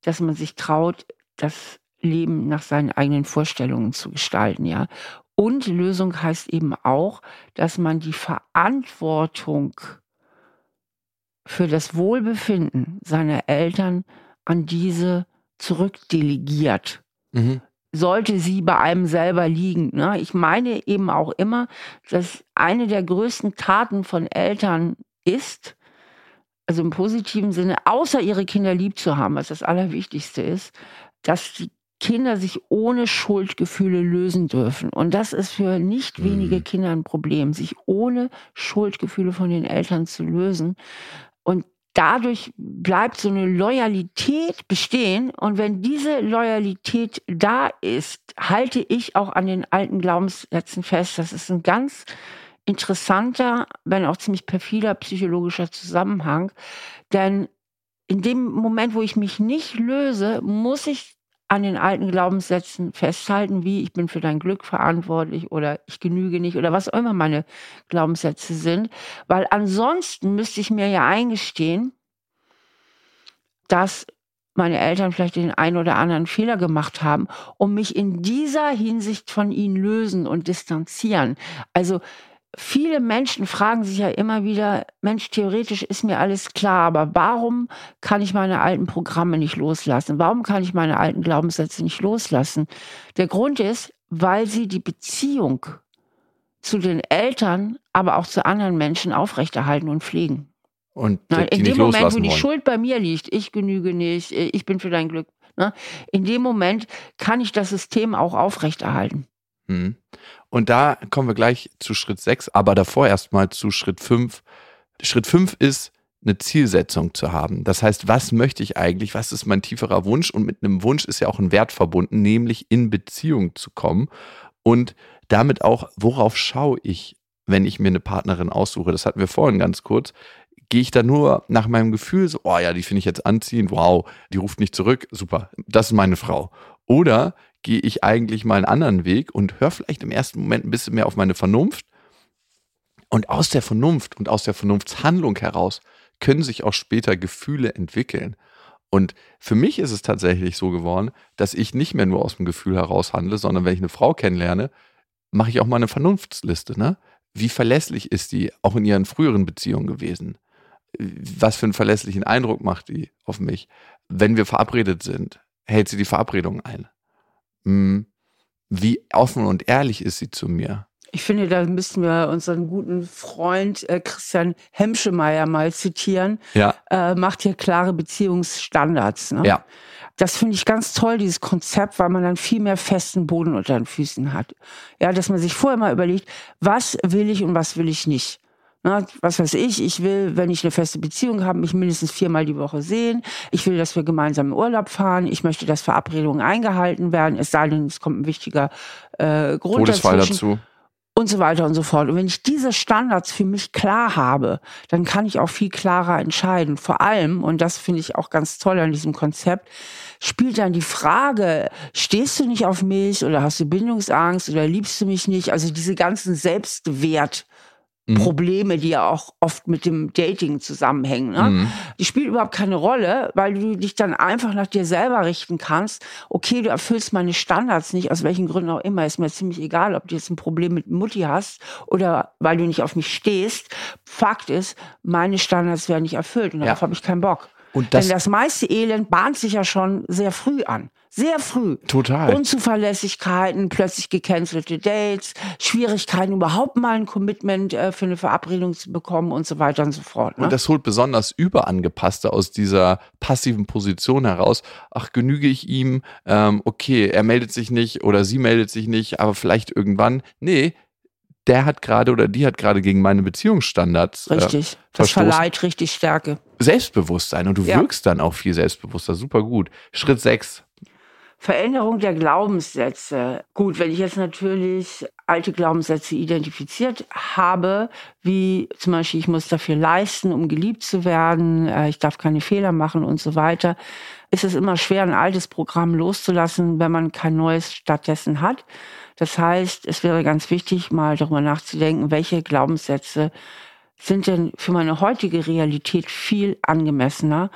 dass man sich traut, das Leben nach seinen eigenen Vorstellungen zu gestalten, ja. Und Lösung heißt eben auch, dass man die Verantwortung für das Wohlbefinden seiner Eltern an diese zurückdelegiert. Mhm. Sollte sie bei einem selber liegen. Ne? Ich meine eben auch immer, dass eine der größten Taten von Eltern ist, also im positiven Sinne, außer ihre Kinder lieb zu haben, was das Allerwichtigste ist, dass die Kinder sich ohne Schuldgefühle lösen dürfen. Und das ist für nicht wenige Mhm. Kinder ein Problem, sich ohne Schuldgefühle von den Eltern zu lösen. Und dadurch bleibt so eine Loyalität bestehen. Und wenn diese Loyalität da ist, halte ich auch an den alten Glaubenssätzen fest. Das ist ein ganz interessanter, wenn auch ziemlich perfider psychologischer Zusammenhang. Denn in dem Moment, wo ich mich nicht löse, muss ich an den alten Glaubenssätzen festhalten, wie ich bin für dein Glück verantwortlich oder ich genüge nicht oder was auch immer meine Glaubenssätze sind. Weil ansonsten müsste ich mir ja eingestehen, dass meine Eltern vielleicht den einen oder anderen Fehler gemacht haben und mich in dieser Hinsicht von ihnen lösen und distanzieren. Also viele Menschen fragen sich ja immer wieder, Mensch, theoretisch ist mir alles klar, aber warum kann ich meine alten Programme nicht loslassen? Warum kann ich meine alten Glaubenssätze nicht loslassen? Der Grund ist, weil sie die Beziehung zu den Eltern, aber auch zu anderen Menschen aufrechterhalten und pflegen. Und Na, die in nicht dem Moment, wo loslassen die wollen. Schuld bei mir liegt, ich genüge nicht, ich bin für dein Glück, ne? In dem Moment kann ich das System auch aufrechterhalten. Mhm. Und da kommen wir gleich zu Schritt sechs, aber davor erstmal zu Schritt fünf. Schritt fünf ist, eine Zielsetzung zu haben. Das heißt, was möchte ich eigentlich? Was ist mein tieferer Wunsch? Und mit einem Wunsch ist ja auch ein Wert verbunden, nämlich in Beziehung zu kommen. Und damit auch, worauf schaue ich, wenn ich mir eine Partnerin aussuche? Das hatten wir vorhin ganz kurz. Gehe ich da nur nach meinem Gefühl so, oh ja, die finde ich jetzt anziehend, wow, die ruft nicht zurück, super, das ist meine Frau. Oder gehe ich eigentlich mal einen anderen Weg und höre vielleicht im ersten Moment ein bisschen mehr auf meine Vernunft. Und aus der Vernunft und aus der Vernunftshandlung heraus können sich auch später Gefühle entwickeln. Und für mich ist es tatsächlich so geworden, dass ich nicht mehr nur aus dem Gefühl heraus handle, sondern wenn ich eine Frau kennenlerne, mache ich auch mal eine Vernunftsliste. Ne? Wie verlässlich ist die auch in ihren früheren Beziehungen gewesen? Was für einen verlässlichen Eindruck macht die auf mich? Wenn wir verabredet sind, hält sie die Verabredung ein? Wie offen und ehrlich ist sie zu mir? Ich finde, da müssten wir unseren guten Freund äh, Christian Hemschemeyer mal zitieren. Ja. Äh, macht hier klare Beziehungsstandards. Ne? Ja. Das finde ich ganz toll, dieses Konzept, weil man dann viel mehr festen Boden unter den Füßen hat. Ja, dass man sich vorher mal überlegt, was will ich und was will ich nicht. Na, was weiß ich, ich will, wenn ich eine feste Beziehung habe, mich mindestens viermal die Woche sehen. Ich will, dass wir gemeinsam in Urlaub fahren. Ich möchte, dass Verabredungen eingehalten werden. Es sei denn, es kommt ein wichtiger äh, Grund Todesfall dazwischen. dazu. Und so weiter und so fort. Und wenn ich diese Standards für mich klar habe, dann kann ich auch viel klarer entscheiden. Vor allem, und das finde ich auch ganz toll an diesem Konzept, spielt dann die Frage, stehst du nicht auf mich oder hast du Bindungsangst oder liebst du mich nicht? Also diese ganzen Selbstwert Probleme, die ja auch oft mit dem Dating zusammenhängen. Ne? Mhm. Die spielt überhaupt keine Rolle, weil du dich dann einfach nach dir selber richten kannst. Okay, du erfüllst meine Standards nicht, aus welchen Gründen auch immer. Ist mir ziemlich egal, ob du jetzt ein Problem mit Mutti hast oder weil du nicht auf mich stehst. Fakt ist, meine Standards werden nicht erfüllt und darauf Ja. habe ich keinen Bock. Und das, Denn das meiste Elend bahnt sich ja schon sehr früh an. Sehr früh. Total. Unzuverlässigkeiten, plötzlich gecancelte Dates, Schwierigkeiten, überhaupt mal ein Commitment äh, für eine Verabredung zu bekommen und so weiter und so fort. Ne? Und das holt besonders Überangepasste aus dieser passiven Position heraus. Ach, genüge ich ihm? Ähm, okay, er meldet sich nicht oder sie meldet sich nicht, aber vielleicht irgendwann. Nee, der hat gerade oder die hat gerade gegen meine Beziehungsstandards Richtig. Äh, das verstoßen. verleiht richtig Stärke. Selbstbewusstsein und du Ja. wirkst dann auch viel selbstbewusster. Super gut. Schritt sechs. Veränderung der Glaubenssätze. Gut, wenn ich jetzt natürlich alte Glaubenssätze identifiziert habe, wie zum Beispiel, ich muss dafür leisten, um geliebt zu werden, äh, ich darf keine Fehler machen und so weiter, ist es immer schwer, ein altes Programm loszulassen, wenn man kein neues stattdessen hat. Das heißt, es wäre ganz wichtig, mal darüber nachzudenken, welche Glaubenssätze sind denn für meine heutige Realität viel angemessener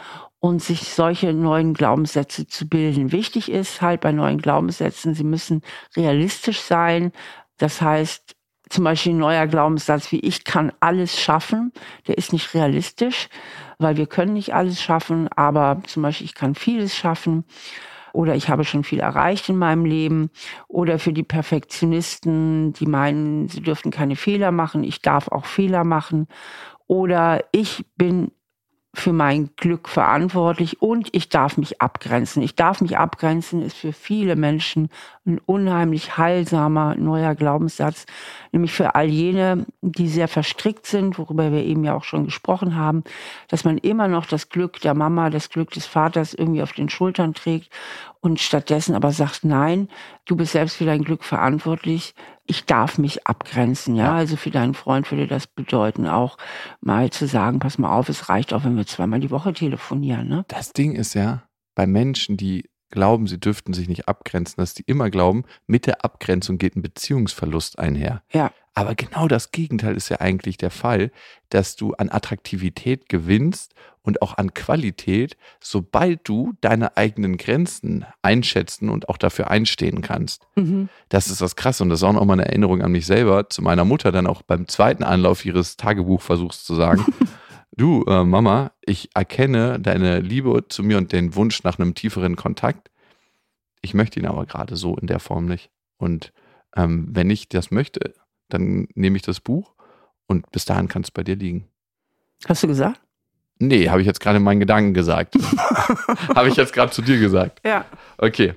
und sich solche neuen Glaubenssätze zu bilden. Wichtig ist halt bei neuen Glaubenssätzen, sie müssen realistisch sein. Das heißt, zum Beispiel ein neuer Glaubenssatz wie ich kann alles schaffen, der ist nicht realistisch, weil wir können nicht alles schaffen, aber zum Beispiel ich kann vieles schaffen oder ich habe schon viel erreicht in meinem Leben oder für die Perfektionisten, die meinen, sie dürften keine Fehler machen, ich darf auch Fehler machen oder ich bin für mein Glück verantwortlich und ich darf mich abgrenzen. Ich darf mich abgrenzen ist für viele Menschen ein unheimlich heilsamer neuer Glaubenssatz, nämlich für all jene, die sehr verstrickt sind, worüber wir eben ja auch schon gesprochen haben, dass man immer noch das Glück der Mama, das Glück des Vaters irgendwie auf den Schultern trägt und stattdessen aber sagt, nein, du bist selbst für dein Glück verantwortlich. Ich darf mich abgrenzen, ja? ja. Also für deinen Freund würde das bedeuten, auch mal zu sagen, pass mal auf, es reicht auch, wenn wir zweimal die Woche telefonieren, ne? Das Ding ist ja, bei Menschen, die glauben, sie dürften sich nicht abgrenzen, dass die immer glauben, mit der Abgrenzung geht ein Beziehungsverlust einher. Ja. Aber genau das Gegenteil ist ja eigentlich der Fall, dass du an Attraktivität gewinnst und auch an Qualität, sobald du deine eigenen Grenzen einschätzen und auch dafür einstehen kannst. Mhm. Das ist das Krasse und das ist auch noch mal eine Erinnerung an mich selber, zu meiner Mutter dann auch beim zweiten Anlauf ihres Tagebuchversuchs zu sagen, du äh, Mama, ich erkenne deine Liebe zu mir und den Wunsch nach einem tieferen Kontakt. Ich möchte ihn aber gerade so in der Form nicht. Und ähm, wenn ich das möchte, dann nehme ich das Buch und bis dahin kann es bei dir liegen. Hast du gesagt? Nee, habe ich jetzt gerade in meinen Gedanken gesagt. Habe ich jetzt gerade zu dir gesagt. Ja. Okay.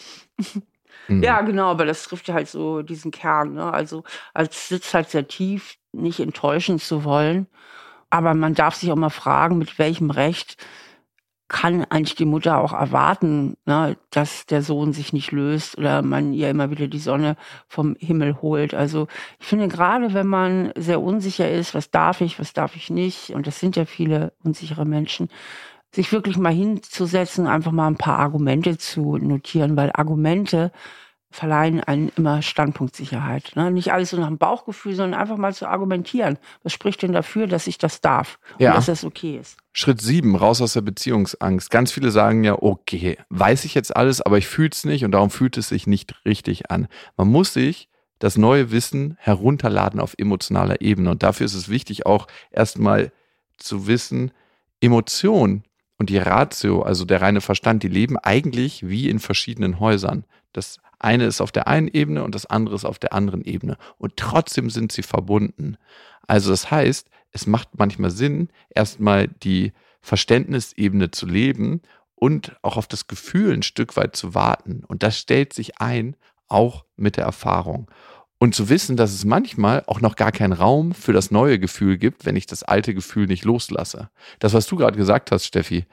Mhm. Ja, genau, aber das trifft ja halt so diesen Kern, ne? Also als sitzt halt sehr tief, nicht enttäuschen zu wollen. Aber man darf sich auch mal fragen, mit welchem Recht kann eigentlich die Mutter auch erwarten, ne, dass der Sohn sich nicht löst oder man ihr immer wieder die Sonne vom Himmel holt. Also ich finde, gerade wenn man sehr unsicher ist, was darf ich, was darf ich nicht, und das sind ja viele unsichere Menschen, sich wirklich mal hinzusetzen, einfach mal ein paar Argumente zu notieren, weil Argumente verleihen einen immer Standpunktsicherheit. Ne? Nicht alles so nach dem Bauchgefühl, sondern einfach mal zu argumentieren. Was spricht denn dafür, dass ich das darf und Ja. dass das okay ist? Schritt sieben, raus aus der Beziehungsangst. Ganz viele sagen ja, okay, weiß ich jetzt alles, aber ich fühle es nicht und darum fühlt es sich nicht richtig an. Man muss sich das neue Wissen herunterladen auf emotionaler Ebene und dafür ist es wichtig auch erstmal zu wissen, Emotion und die Ratio, also der reine Verstand, die leben eigentlich wie in verschiedenen Häusern. Das eine ist auf der einen Ebene und das andere ist auf der anderen Ebene. Und trotzdem sind sie verbunden. Also das heißt, es macht manchmal Sinn, erstmal die Verständnisebene zu leben und auch auf das Gefühl ein Stück weit zu warten. Und das stellt sich ein, auch mit der Erfahrung. Und zu wissen, dass es manchmal auch noch gar keinen Raum für das neue Gefühl gibt, wenn ich das alte Gefühl nicht loslasse. Das, was du gerade gesagt hast, Steffi,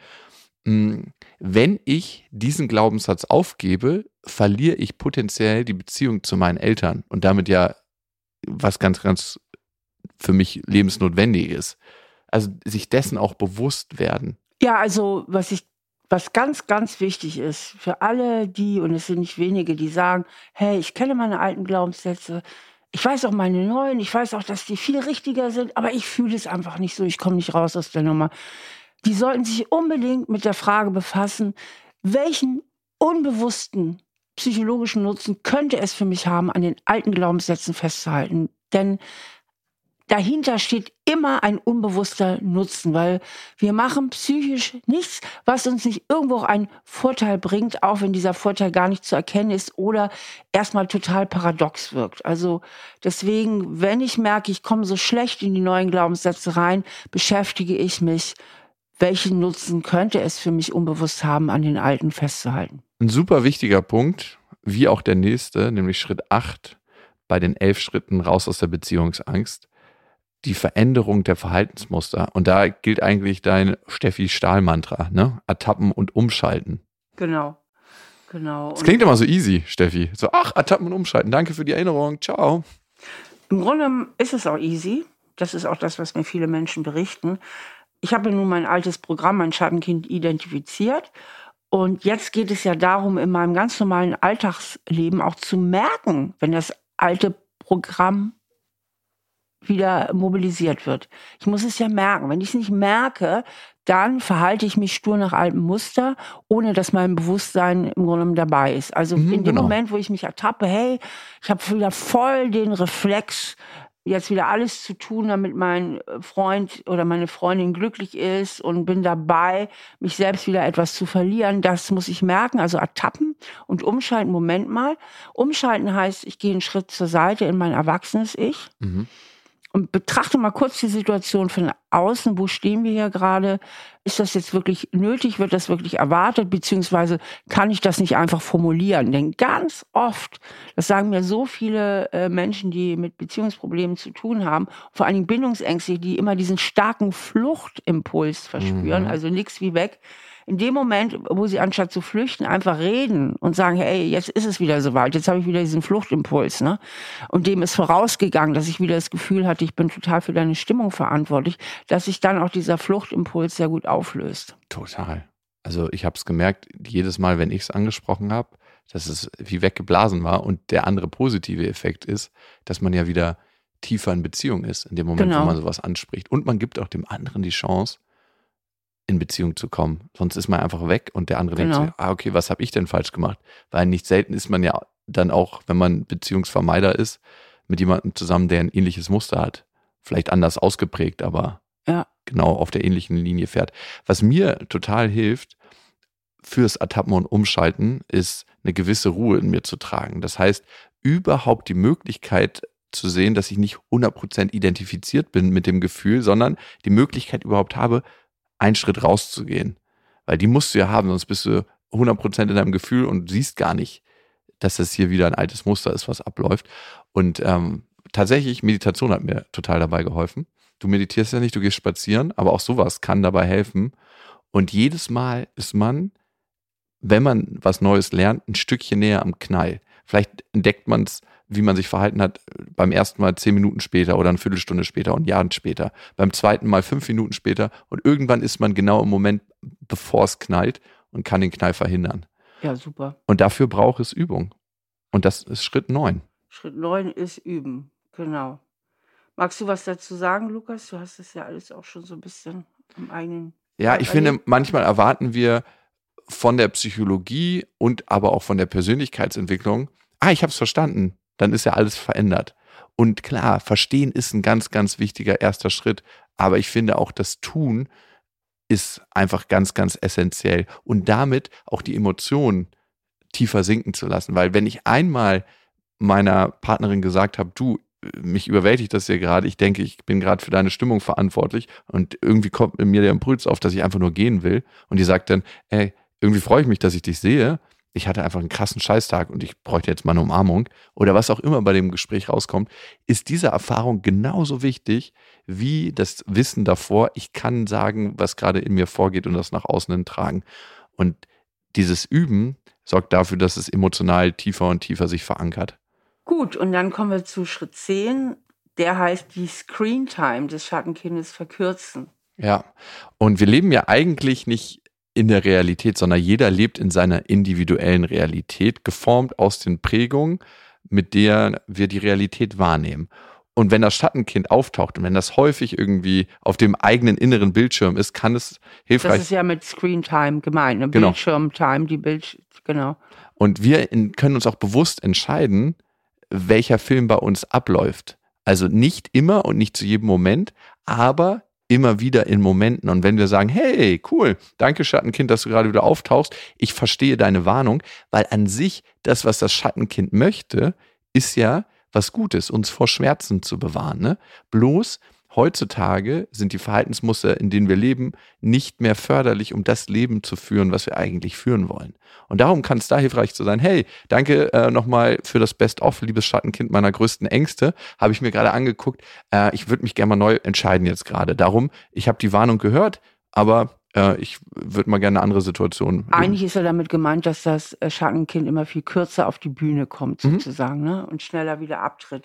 wenn ich diesen Glaubenssatz aufgebe, verliere ich potenziell die Beziehung zu meinen Eltern und damit ja was ganz, ganz für mich lebensnotwendig ist. Also sich dessen auch bewusst werden. Ja, also was ich, was ganz, ganz wichtig ist für alle die, und es sind nicht wenige, die sagen, hey, ich kenne meine alten Glaubenssätze, ich weiß auch meine neuen, ich weiß auch, dass die viel richtiger sind, aber ich fühle es einfach nicht so, ich komme nicht raus aus der Nummer. Die sollten sich unbedingt mit der Frage befassen, welchen unbewussten psychologischen Nutzen könnte es für mich haben, an den alten Glaubenssätzen festzuhalten. Denn dahinter steht immer ein unbewusster Nutzen, weil wir machen psychisch nichts, was uns nicht irgendwo auch einen Vorteil bringt, auch wenn dieser Vorteil gar nicht zu erkennen ist oder erstmal total paradox wirkt. Also deswegen, wenn ich merke, ich komme so schlecht in die neuen Glaubenssätze rein, beschäftige ich mich, welchen Nutzen könnte es für mich unbewusst haben, an den alten festzuhalten. Ein super wichtiger Punkt, wie auch der nächste, nämlich Schritt acht bei den elf Schritten raus aus der Beziehungsangst, die Veränderung der Verhaltensmuster. Und da gilt eigentlich dein Steffi-Stahl-Mantra, ne? Ertappen und umschalten. Genau, genau. Das klingt immer so easy, Steffi. So, ach, ertappen und umschalten. Danke für die Erinnerung. Ciao. Im Grunde ist es auch easy. Das ist auch das, was mir viele Menschen berichten. Ich habe nun mein altes Programm, mein Schattenkind, identifiziert. Und jetzt geht es ja darum, in meinem ganz normalen Alltagsleben auch zu merken, wenn das alte Programm wieder mobilisiert wird. Ich muss es ja merken. Wenn ich es nicht merke, dann verhalte ich mich stur nach altem Muster, ohne dass mein Bewusstsein im Grunde genommen dabei ist. Also Mhm, in dem genau. Moment, wo ich mich ertappe, hey, ich habe wieder voll den Reflex, jetzt wieder alles zu tun, damit mein Freund oder meine Freundin glücklich ist und bin dabei, mich selbst wieder etwas zu verlieren. Das muss ich merken, also ertappen und umschalten. Moment mal. Umschalten heißt, ich gehe einen Schritt zur Seite in mein erwachsenes Ich. Mhm. Und betrachte mal kurz die Situation von außen. Wo stehen wir hier gerade? Ist das jetzt wirklich nötig? Wird das wirklich erwartet? Beziehungsweise kann ich das nicht einfach formulieren? Denn ganz oft, das sagen mir so viele äh, Menschen, die mit Beziehungsproblemen zu tun haben, vor allen Dingen Bindungsängste, die immer diesen starken Fluchtimpuls verspüren, Mhm. also nichts wie weg. In dem Moment, wo sie anstatt zu flüchten, einfach reden und sagen, hey, jetzt ist es wieder soweit, jetzt habe ich wieder diesen Fluchtimpuls, ne? Und dem ist vorausgegangen, dass ich wieder das Gefühl hatte, ich bin total für deine Stimmung verantwortlich, dass sich dann auch dieser Fluchtimpuls sehr gut auflöst. Total. Also ich habe es gemerkt, jedes Mal, wenn ich es angesprochen habe, dass es wie weggeblasen war und der andere positive Effekt ist, dass man ja wieder tiefer in Beziehung ist, in dem Moment, Genau. wo man sowas anspricht. Und man gibt auch dem anderen die Chance, in Beziehung zu kommen. Sonst ist man einfach weg und der andere Genau. denkt sich, ah, okay, was habe ich denn falsch gemacht? Weil nicht selten ist man ja dann auch, wenn man Beziehungsvermeider ist, mit jemandem zusammen, der ein ähnliches Muster hat. Vielleicht anders ausgeprägt, aber Ja. genau auf der ähnlichen Linie fährt. Was mir total hilft, fürs Ertappen und Umschalten, ist eine gewisse Ruhe in mir zu tragen. Das heißt, überhaupt die Möglichkeit zu sehen, dass ich nicht hundert Prozent identifiziert bin mit dem Gefühl, sondern die Möglichkeit überhaupt habe, einen Schritt rauszugehen. Weil die musst du ja haben, sonst bist du hundert Prozent in deinem Gefühl und siehst gar nicht, dass das hier wieder ein altes Muster ist, was abläuft. Und ähm, tatsächlich, Meditation hat mir total dabei geholfen. Du meditierst ja nicht, du gehst spazieren, aber auch sowas kann dabei helfen. Und jedes Mal ist man, wenn man was Neues lernt, ein Stückchen näher am Knall. Vielleicht entdeckt man es, wie man sich verhalten hat, beim ersten Mal zehn Minuten später oder eine Viertelstunde später und Jahren später. Beim zweiten Mal fünf Minuten später und irgendwann ist man genau im Moment, bevor es knallt und kann den Knall verhindern. Ja, super. Und dafür braucht es Übung. Und das ist Schritt neun. Schritt neun ist üben, genau. Magst du was dazu sagen, Lukas? Du hast das ja alles auch schon so ein bisschen am eigenen Ja, Leib ich finde, erlebt. manchmal erwarten wir von der Psychologie und aber auch von der Persönlichkeitsentwicklung, ah, ich habe es verstanden, dann ist ja alles verändert. Und klar, verstehen ist ein ganz, ganz wichtiger erster Schritt, aber ich finde auch das Tun ist einfach ganz, ganz essentiell und damit auch die Emotionen tiefer sinken zu lassen, weil wenn ich einmal meiner Partnerin gesagt habe, du, mich überwältigt das hier gerade, ich denke, ich bin gerade für deine Stimmung verantwortlich und irgendwie kommt in mir der Impuls auf, dass ich einfach nur gehen will und die sagt dann, ey, irgendwie freue ich mich, dass ich dich sehe, ich hatte einfach einen krassen Scheißtag und ich bräuchte jetzt mal eine Umarmung oder was auch immer bei dem Gespräch rauskommt, ist diese Erfahrung genauso wichtig wie das Wissen davor, ich kann sagen, was gerade in mir vorgeht und das nach außen hin tragen. Und dieses Üben sorgt dafür, dass es emotional tiefer und tiefer sich verankert. Gut, und dann kommen wir zu Schritt zehn. Der heißt, die Screen Time des Schattenkindes verkürzen. Ja, und wir leben ja eigentlich nicht in der Realität, sondern jeder lebt in seiner individuellen Realität, geformt aus den Prägungen, mit der wir die Realität wahrnehmen. Und wenn das Schattenkind auftaucht und wenn das häufig irgendwie auf dem eigenen inneren Bildschirm ist, kann es hilfreich sein. Das ist ja mit Screen Time gemeint, ne? Genau. Bildschirmtime, die Bild, genau. Und wir in, können uns auch bewusst entscheiden, welcher Film bei uns abläuft. Also nicht immer und nicht zu jedem Moment, aber immer wieder in Momenten. Und wenn wir sagen, hey, cool, danke Schattenkind, dass du gerade wieder auftauchst, ich verstehe deine Warnung, weil an sich das, was das Schattenkind möchte, ist ja was Gutes, uns vor Schmerzen zu bewahren. Ne? Bloß heutzutage sind die Verhaltensmuster, in denen wir leben, nicht mehr förderlich, um das Leben zu führen, was wir eigentlich führen wollen. Und darum kann es da hilfreich zu sein, hey, danke äh, nochmal für das Best-of, liebes Schattenkind meiner größten Ängste, habe ich mir gerade angeguckt. Äh, ich würde mich gerne mal neu entscheiden jetzt gerade. Darum, ich habe die Warnung gehört, aber äh, ich würde mal gerne eine andere Situation. Eigentlich ist ja damit gemeint, dass das äh, Schattenkind immer viel kürzer auf die Bühne kommt, Mhm. sozusagen, ne? Und schneller wieder abtritt.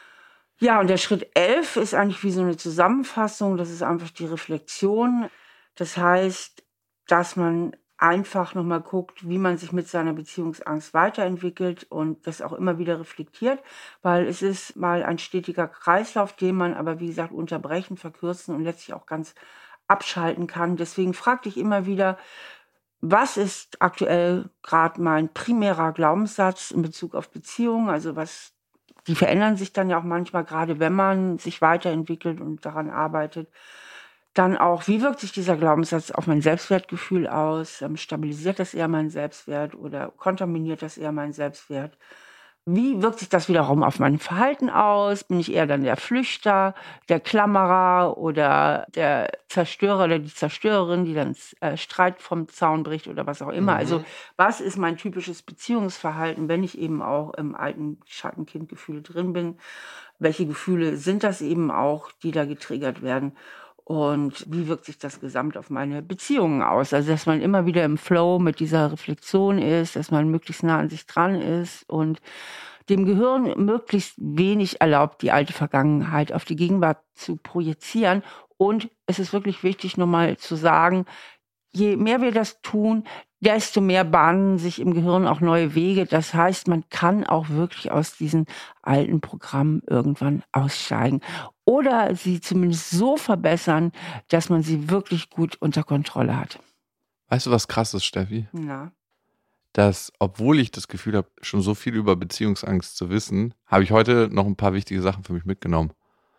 Ja, und der Schritt elf ist eigentlich wie so eine Zusammenfassung. Das ist einfach die Reflexion. Das heißt, dass man einfach nochmal guckt, wie man sich mit seiner Beziehungsangst weiterentwickelt und das auch immer wieder reflektiert, weil es ist mal ein stetiger Kreislauf, den man aber, wie gesagt, unterbrechen, verkürzen und letztlich auch ganz abschalten kann. Deswegen frag dich immer wieder, was ist aktuell gerade mein primärer Glaubenssatz in Bezug auf Beziehungen? Also was, die verändern sich dann ja auch manchmal, gerade wenn man sich weiterentwickelt und daran arbeitet. Dann auch, wie wirkt sich dieser Glaubenssatz auf mein Selbstwertgefühl aus? Ähm, stabilisiert das eher meinen Selbstwert oder kontaminiert das eher meinen Selbstwert? Wie wirkt sich das wiederum auf mein Verhalten aus? Bin ich eher dann der Flüchter, der Klammerer oder der Zerstörer oder die Zerstörerin, die dann äh, Streit vom Zaun bricht oder was auch immer? Mhm. Also was ist mein typisches Beziehungsverhalten, wenn ich eben auch im alten Schattenkindgefühl drin bin? Welche Gefühle sind das eben auch, die da getriggert werden? Und wie wirkt sich das gesamt auf meine Beziehungen aus? Also, dass man immer wieder im Flow mit dieser Reflexion ist, dass man möglichst nah an sich dran ist und dem Gehirn möglichst wenig erlaubt, die alte Vergangenheit auf die Gegenwart zu projizieren. Und es ist wirklich wichtig, nochmal zu sagen, je mehr wir das tun, desto mehr bahnen sich im Gehirn auch neue Wege. Das heißt, man kann auch wirklich aus diesen alten Programmen irgendwann aussteigen oder sie zumindest so verbessern, dass man sie wirklich gut unter Kontrolle hat. Weißt du, was krass ist, Steffi? Ja. Dass, obwohl ich das Gefühl habe, schon so viel über Beziehungsangst zu wissen, habe ich heute noch ein paar wichtige Sachen für mich mitgenommen.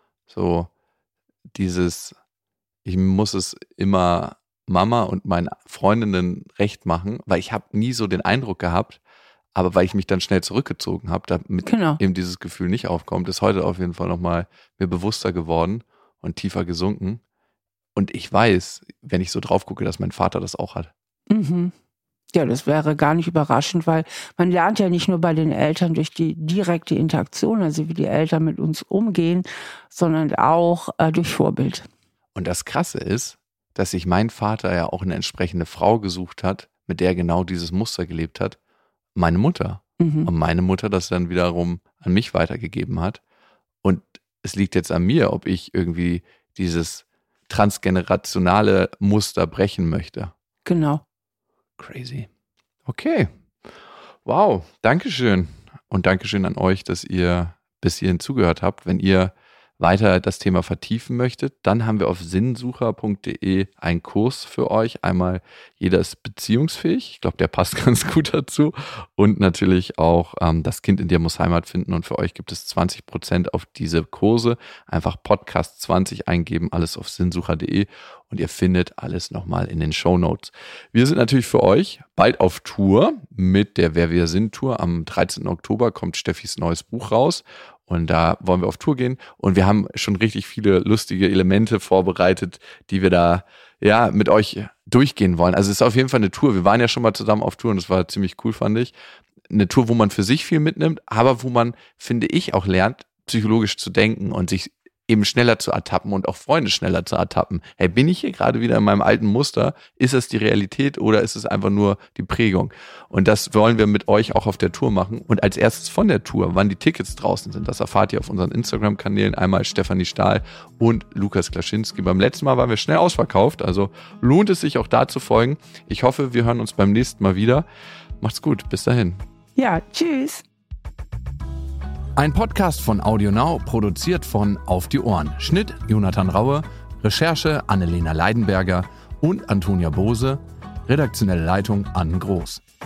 So dieses, ich muss es immer Mama und meinen Freundinnen recht machen, weil ich habe nie so den Eindruck gehabt, aber weil ich mich dann schnell zurückgezogen habe, damit Genau. eben dieses Gefühl nicht aufkommt, ist heute auf jeden Fall nochmal mir bewusster geworden und tiefer gesunken. Und ich weiß, wenn ich so drauf gucke, dass mein Vater das auch hat. Mhm. Ja, das wäre gar nicht überraschend, weil man lernt ja nicht nur bei den Eltern durch die direkte Interaktion, also wie die Eltern mit uns umgehen, sondern auch äh, durch Vorbild. Und das Krasse ist, dass sich mein Vater ja auch eine entsprechende Frau gesucht hat, mit der er genau dieses Muster gelebt hat, meine Mutter. Mhm. Und meine Mutter das dann wiederum an mich weitergegeben hat. Und es liegt jetzt an mir, ob ich irgendwie dieses transgenerationale Muster brechen möchte. Genau. Crazy. Okay. Wow. Dankeschön. Und Dankeschön an euch, dass ihr bis hierhin zugehört habt. Wenn ihr weiter das Thema vertiefen möchtet, dann haben wir auf sinnsucher punkt de einen Kurs für euch. Einmal jeder ist beziehungsfähig. Ich glaube, der passt ganz gut dazu. Und natürlich auch ähm, das Kind in dir muss Heimat finden. Und für euch gibt es zwanzig Prozent auf diese Kurse. Einfach Podcast zwanzig eingeben, alles auf sinnsucher punkt de und ihr findet alles nochmal in den Shownotes. Wir sind natürlich für euch bald auf Tour mit der Wer wir sind Tour. Am dreizehnten Oktober kommt Steffis neues Buch raus. Und da wollen wir auf Tour gehen. Und wir haben schon richtig viele lustige Elemente vorbereitet, die wir da ja mit euch durchgehen wollen. Also es ist auf jeden Fall eine Tour. Wir waren ja schon mal zusammen auf Tour und das war ziemlich cool, fand ich. Eine Tour, wo man für sich viel mitnimmt, aber wo man, finde ich, auch lernt, psychologisch zu denken und sich eben schneller zu ertappen und auch Freunde schneller zu ertappen. Hey, bin ich hier gerade wieder in meinem alten Muster? Ist es die Realität oder ist es einfach nur die Prägung? Und das wollen wir mit euch auch auf der Tour machen. Und als erstes von der Tour, wann die Tickets draußen sind, das erfahrt ihr auf unseren Instagram-Kanälen. Einmal Stefanie Stahl und Lukas Klaschinski. Beim letzten Mal waren wir schnell ausverkauft, also lohnt es sich auch da zu folgen. Ich hoffe, wir hören uns beim nächsten Mal wieder. Macht's gut, bis dahin. Ja, tschüss. Ein Podcast von AudioNow, produziert von Auf die Ohren. Schnitt Jonathan Raue, Recherche Annelena Leidenberger und Antonia Bose, redaktionelle Leitung Anne Groß.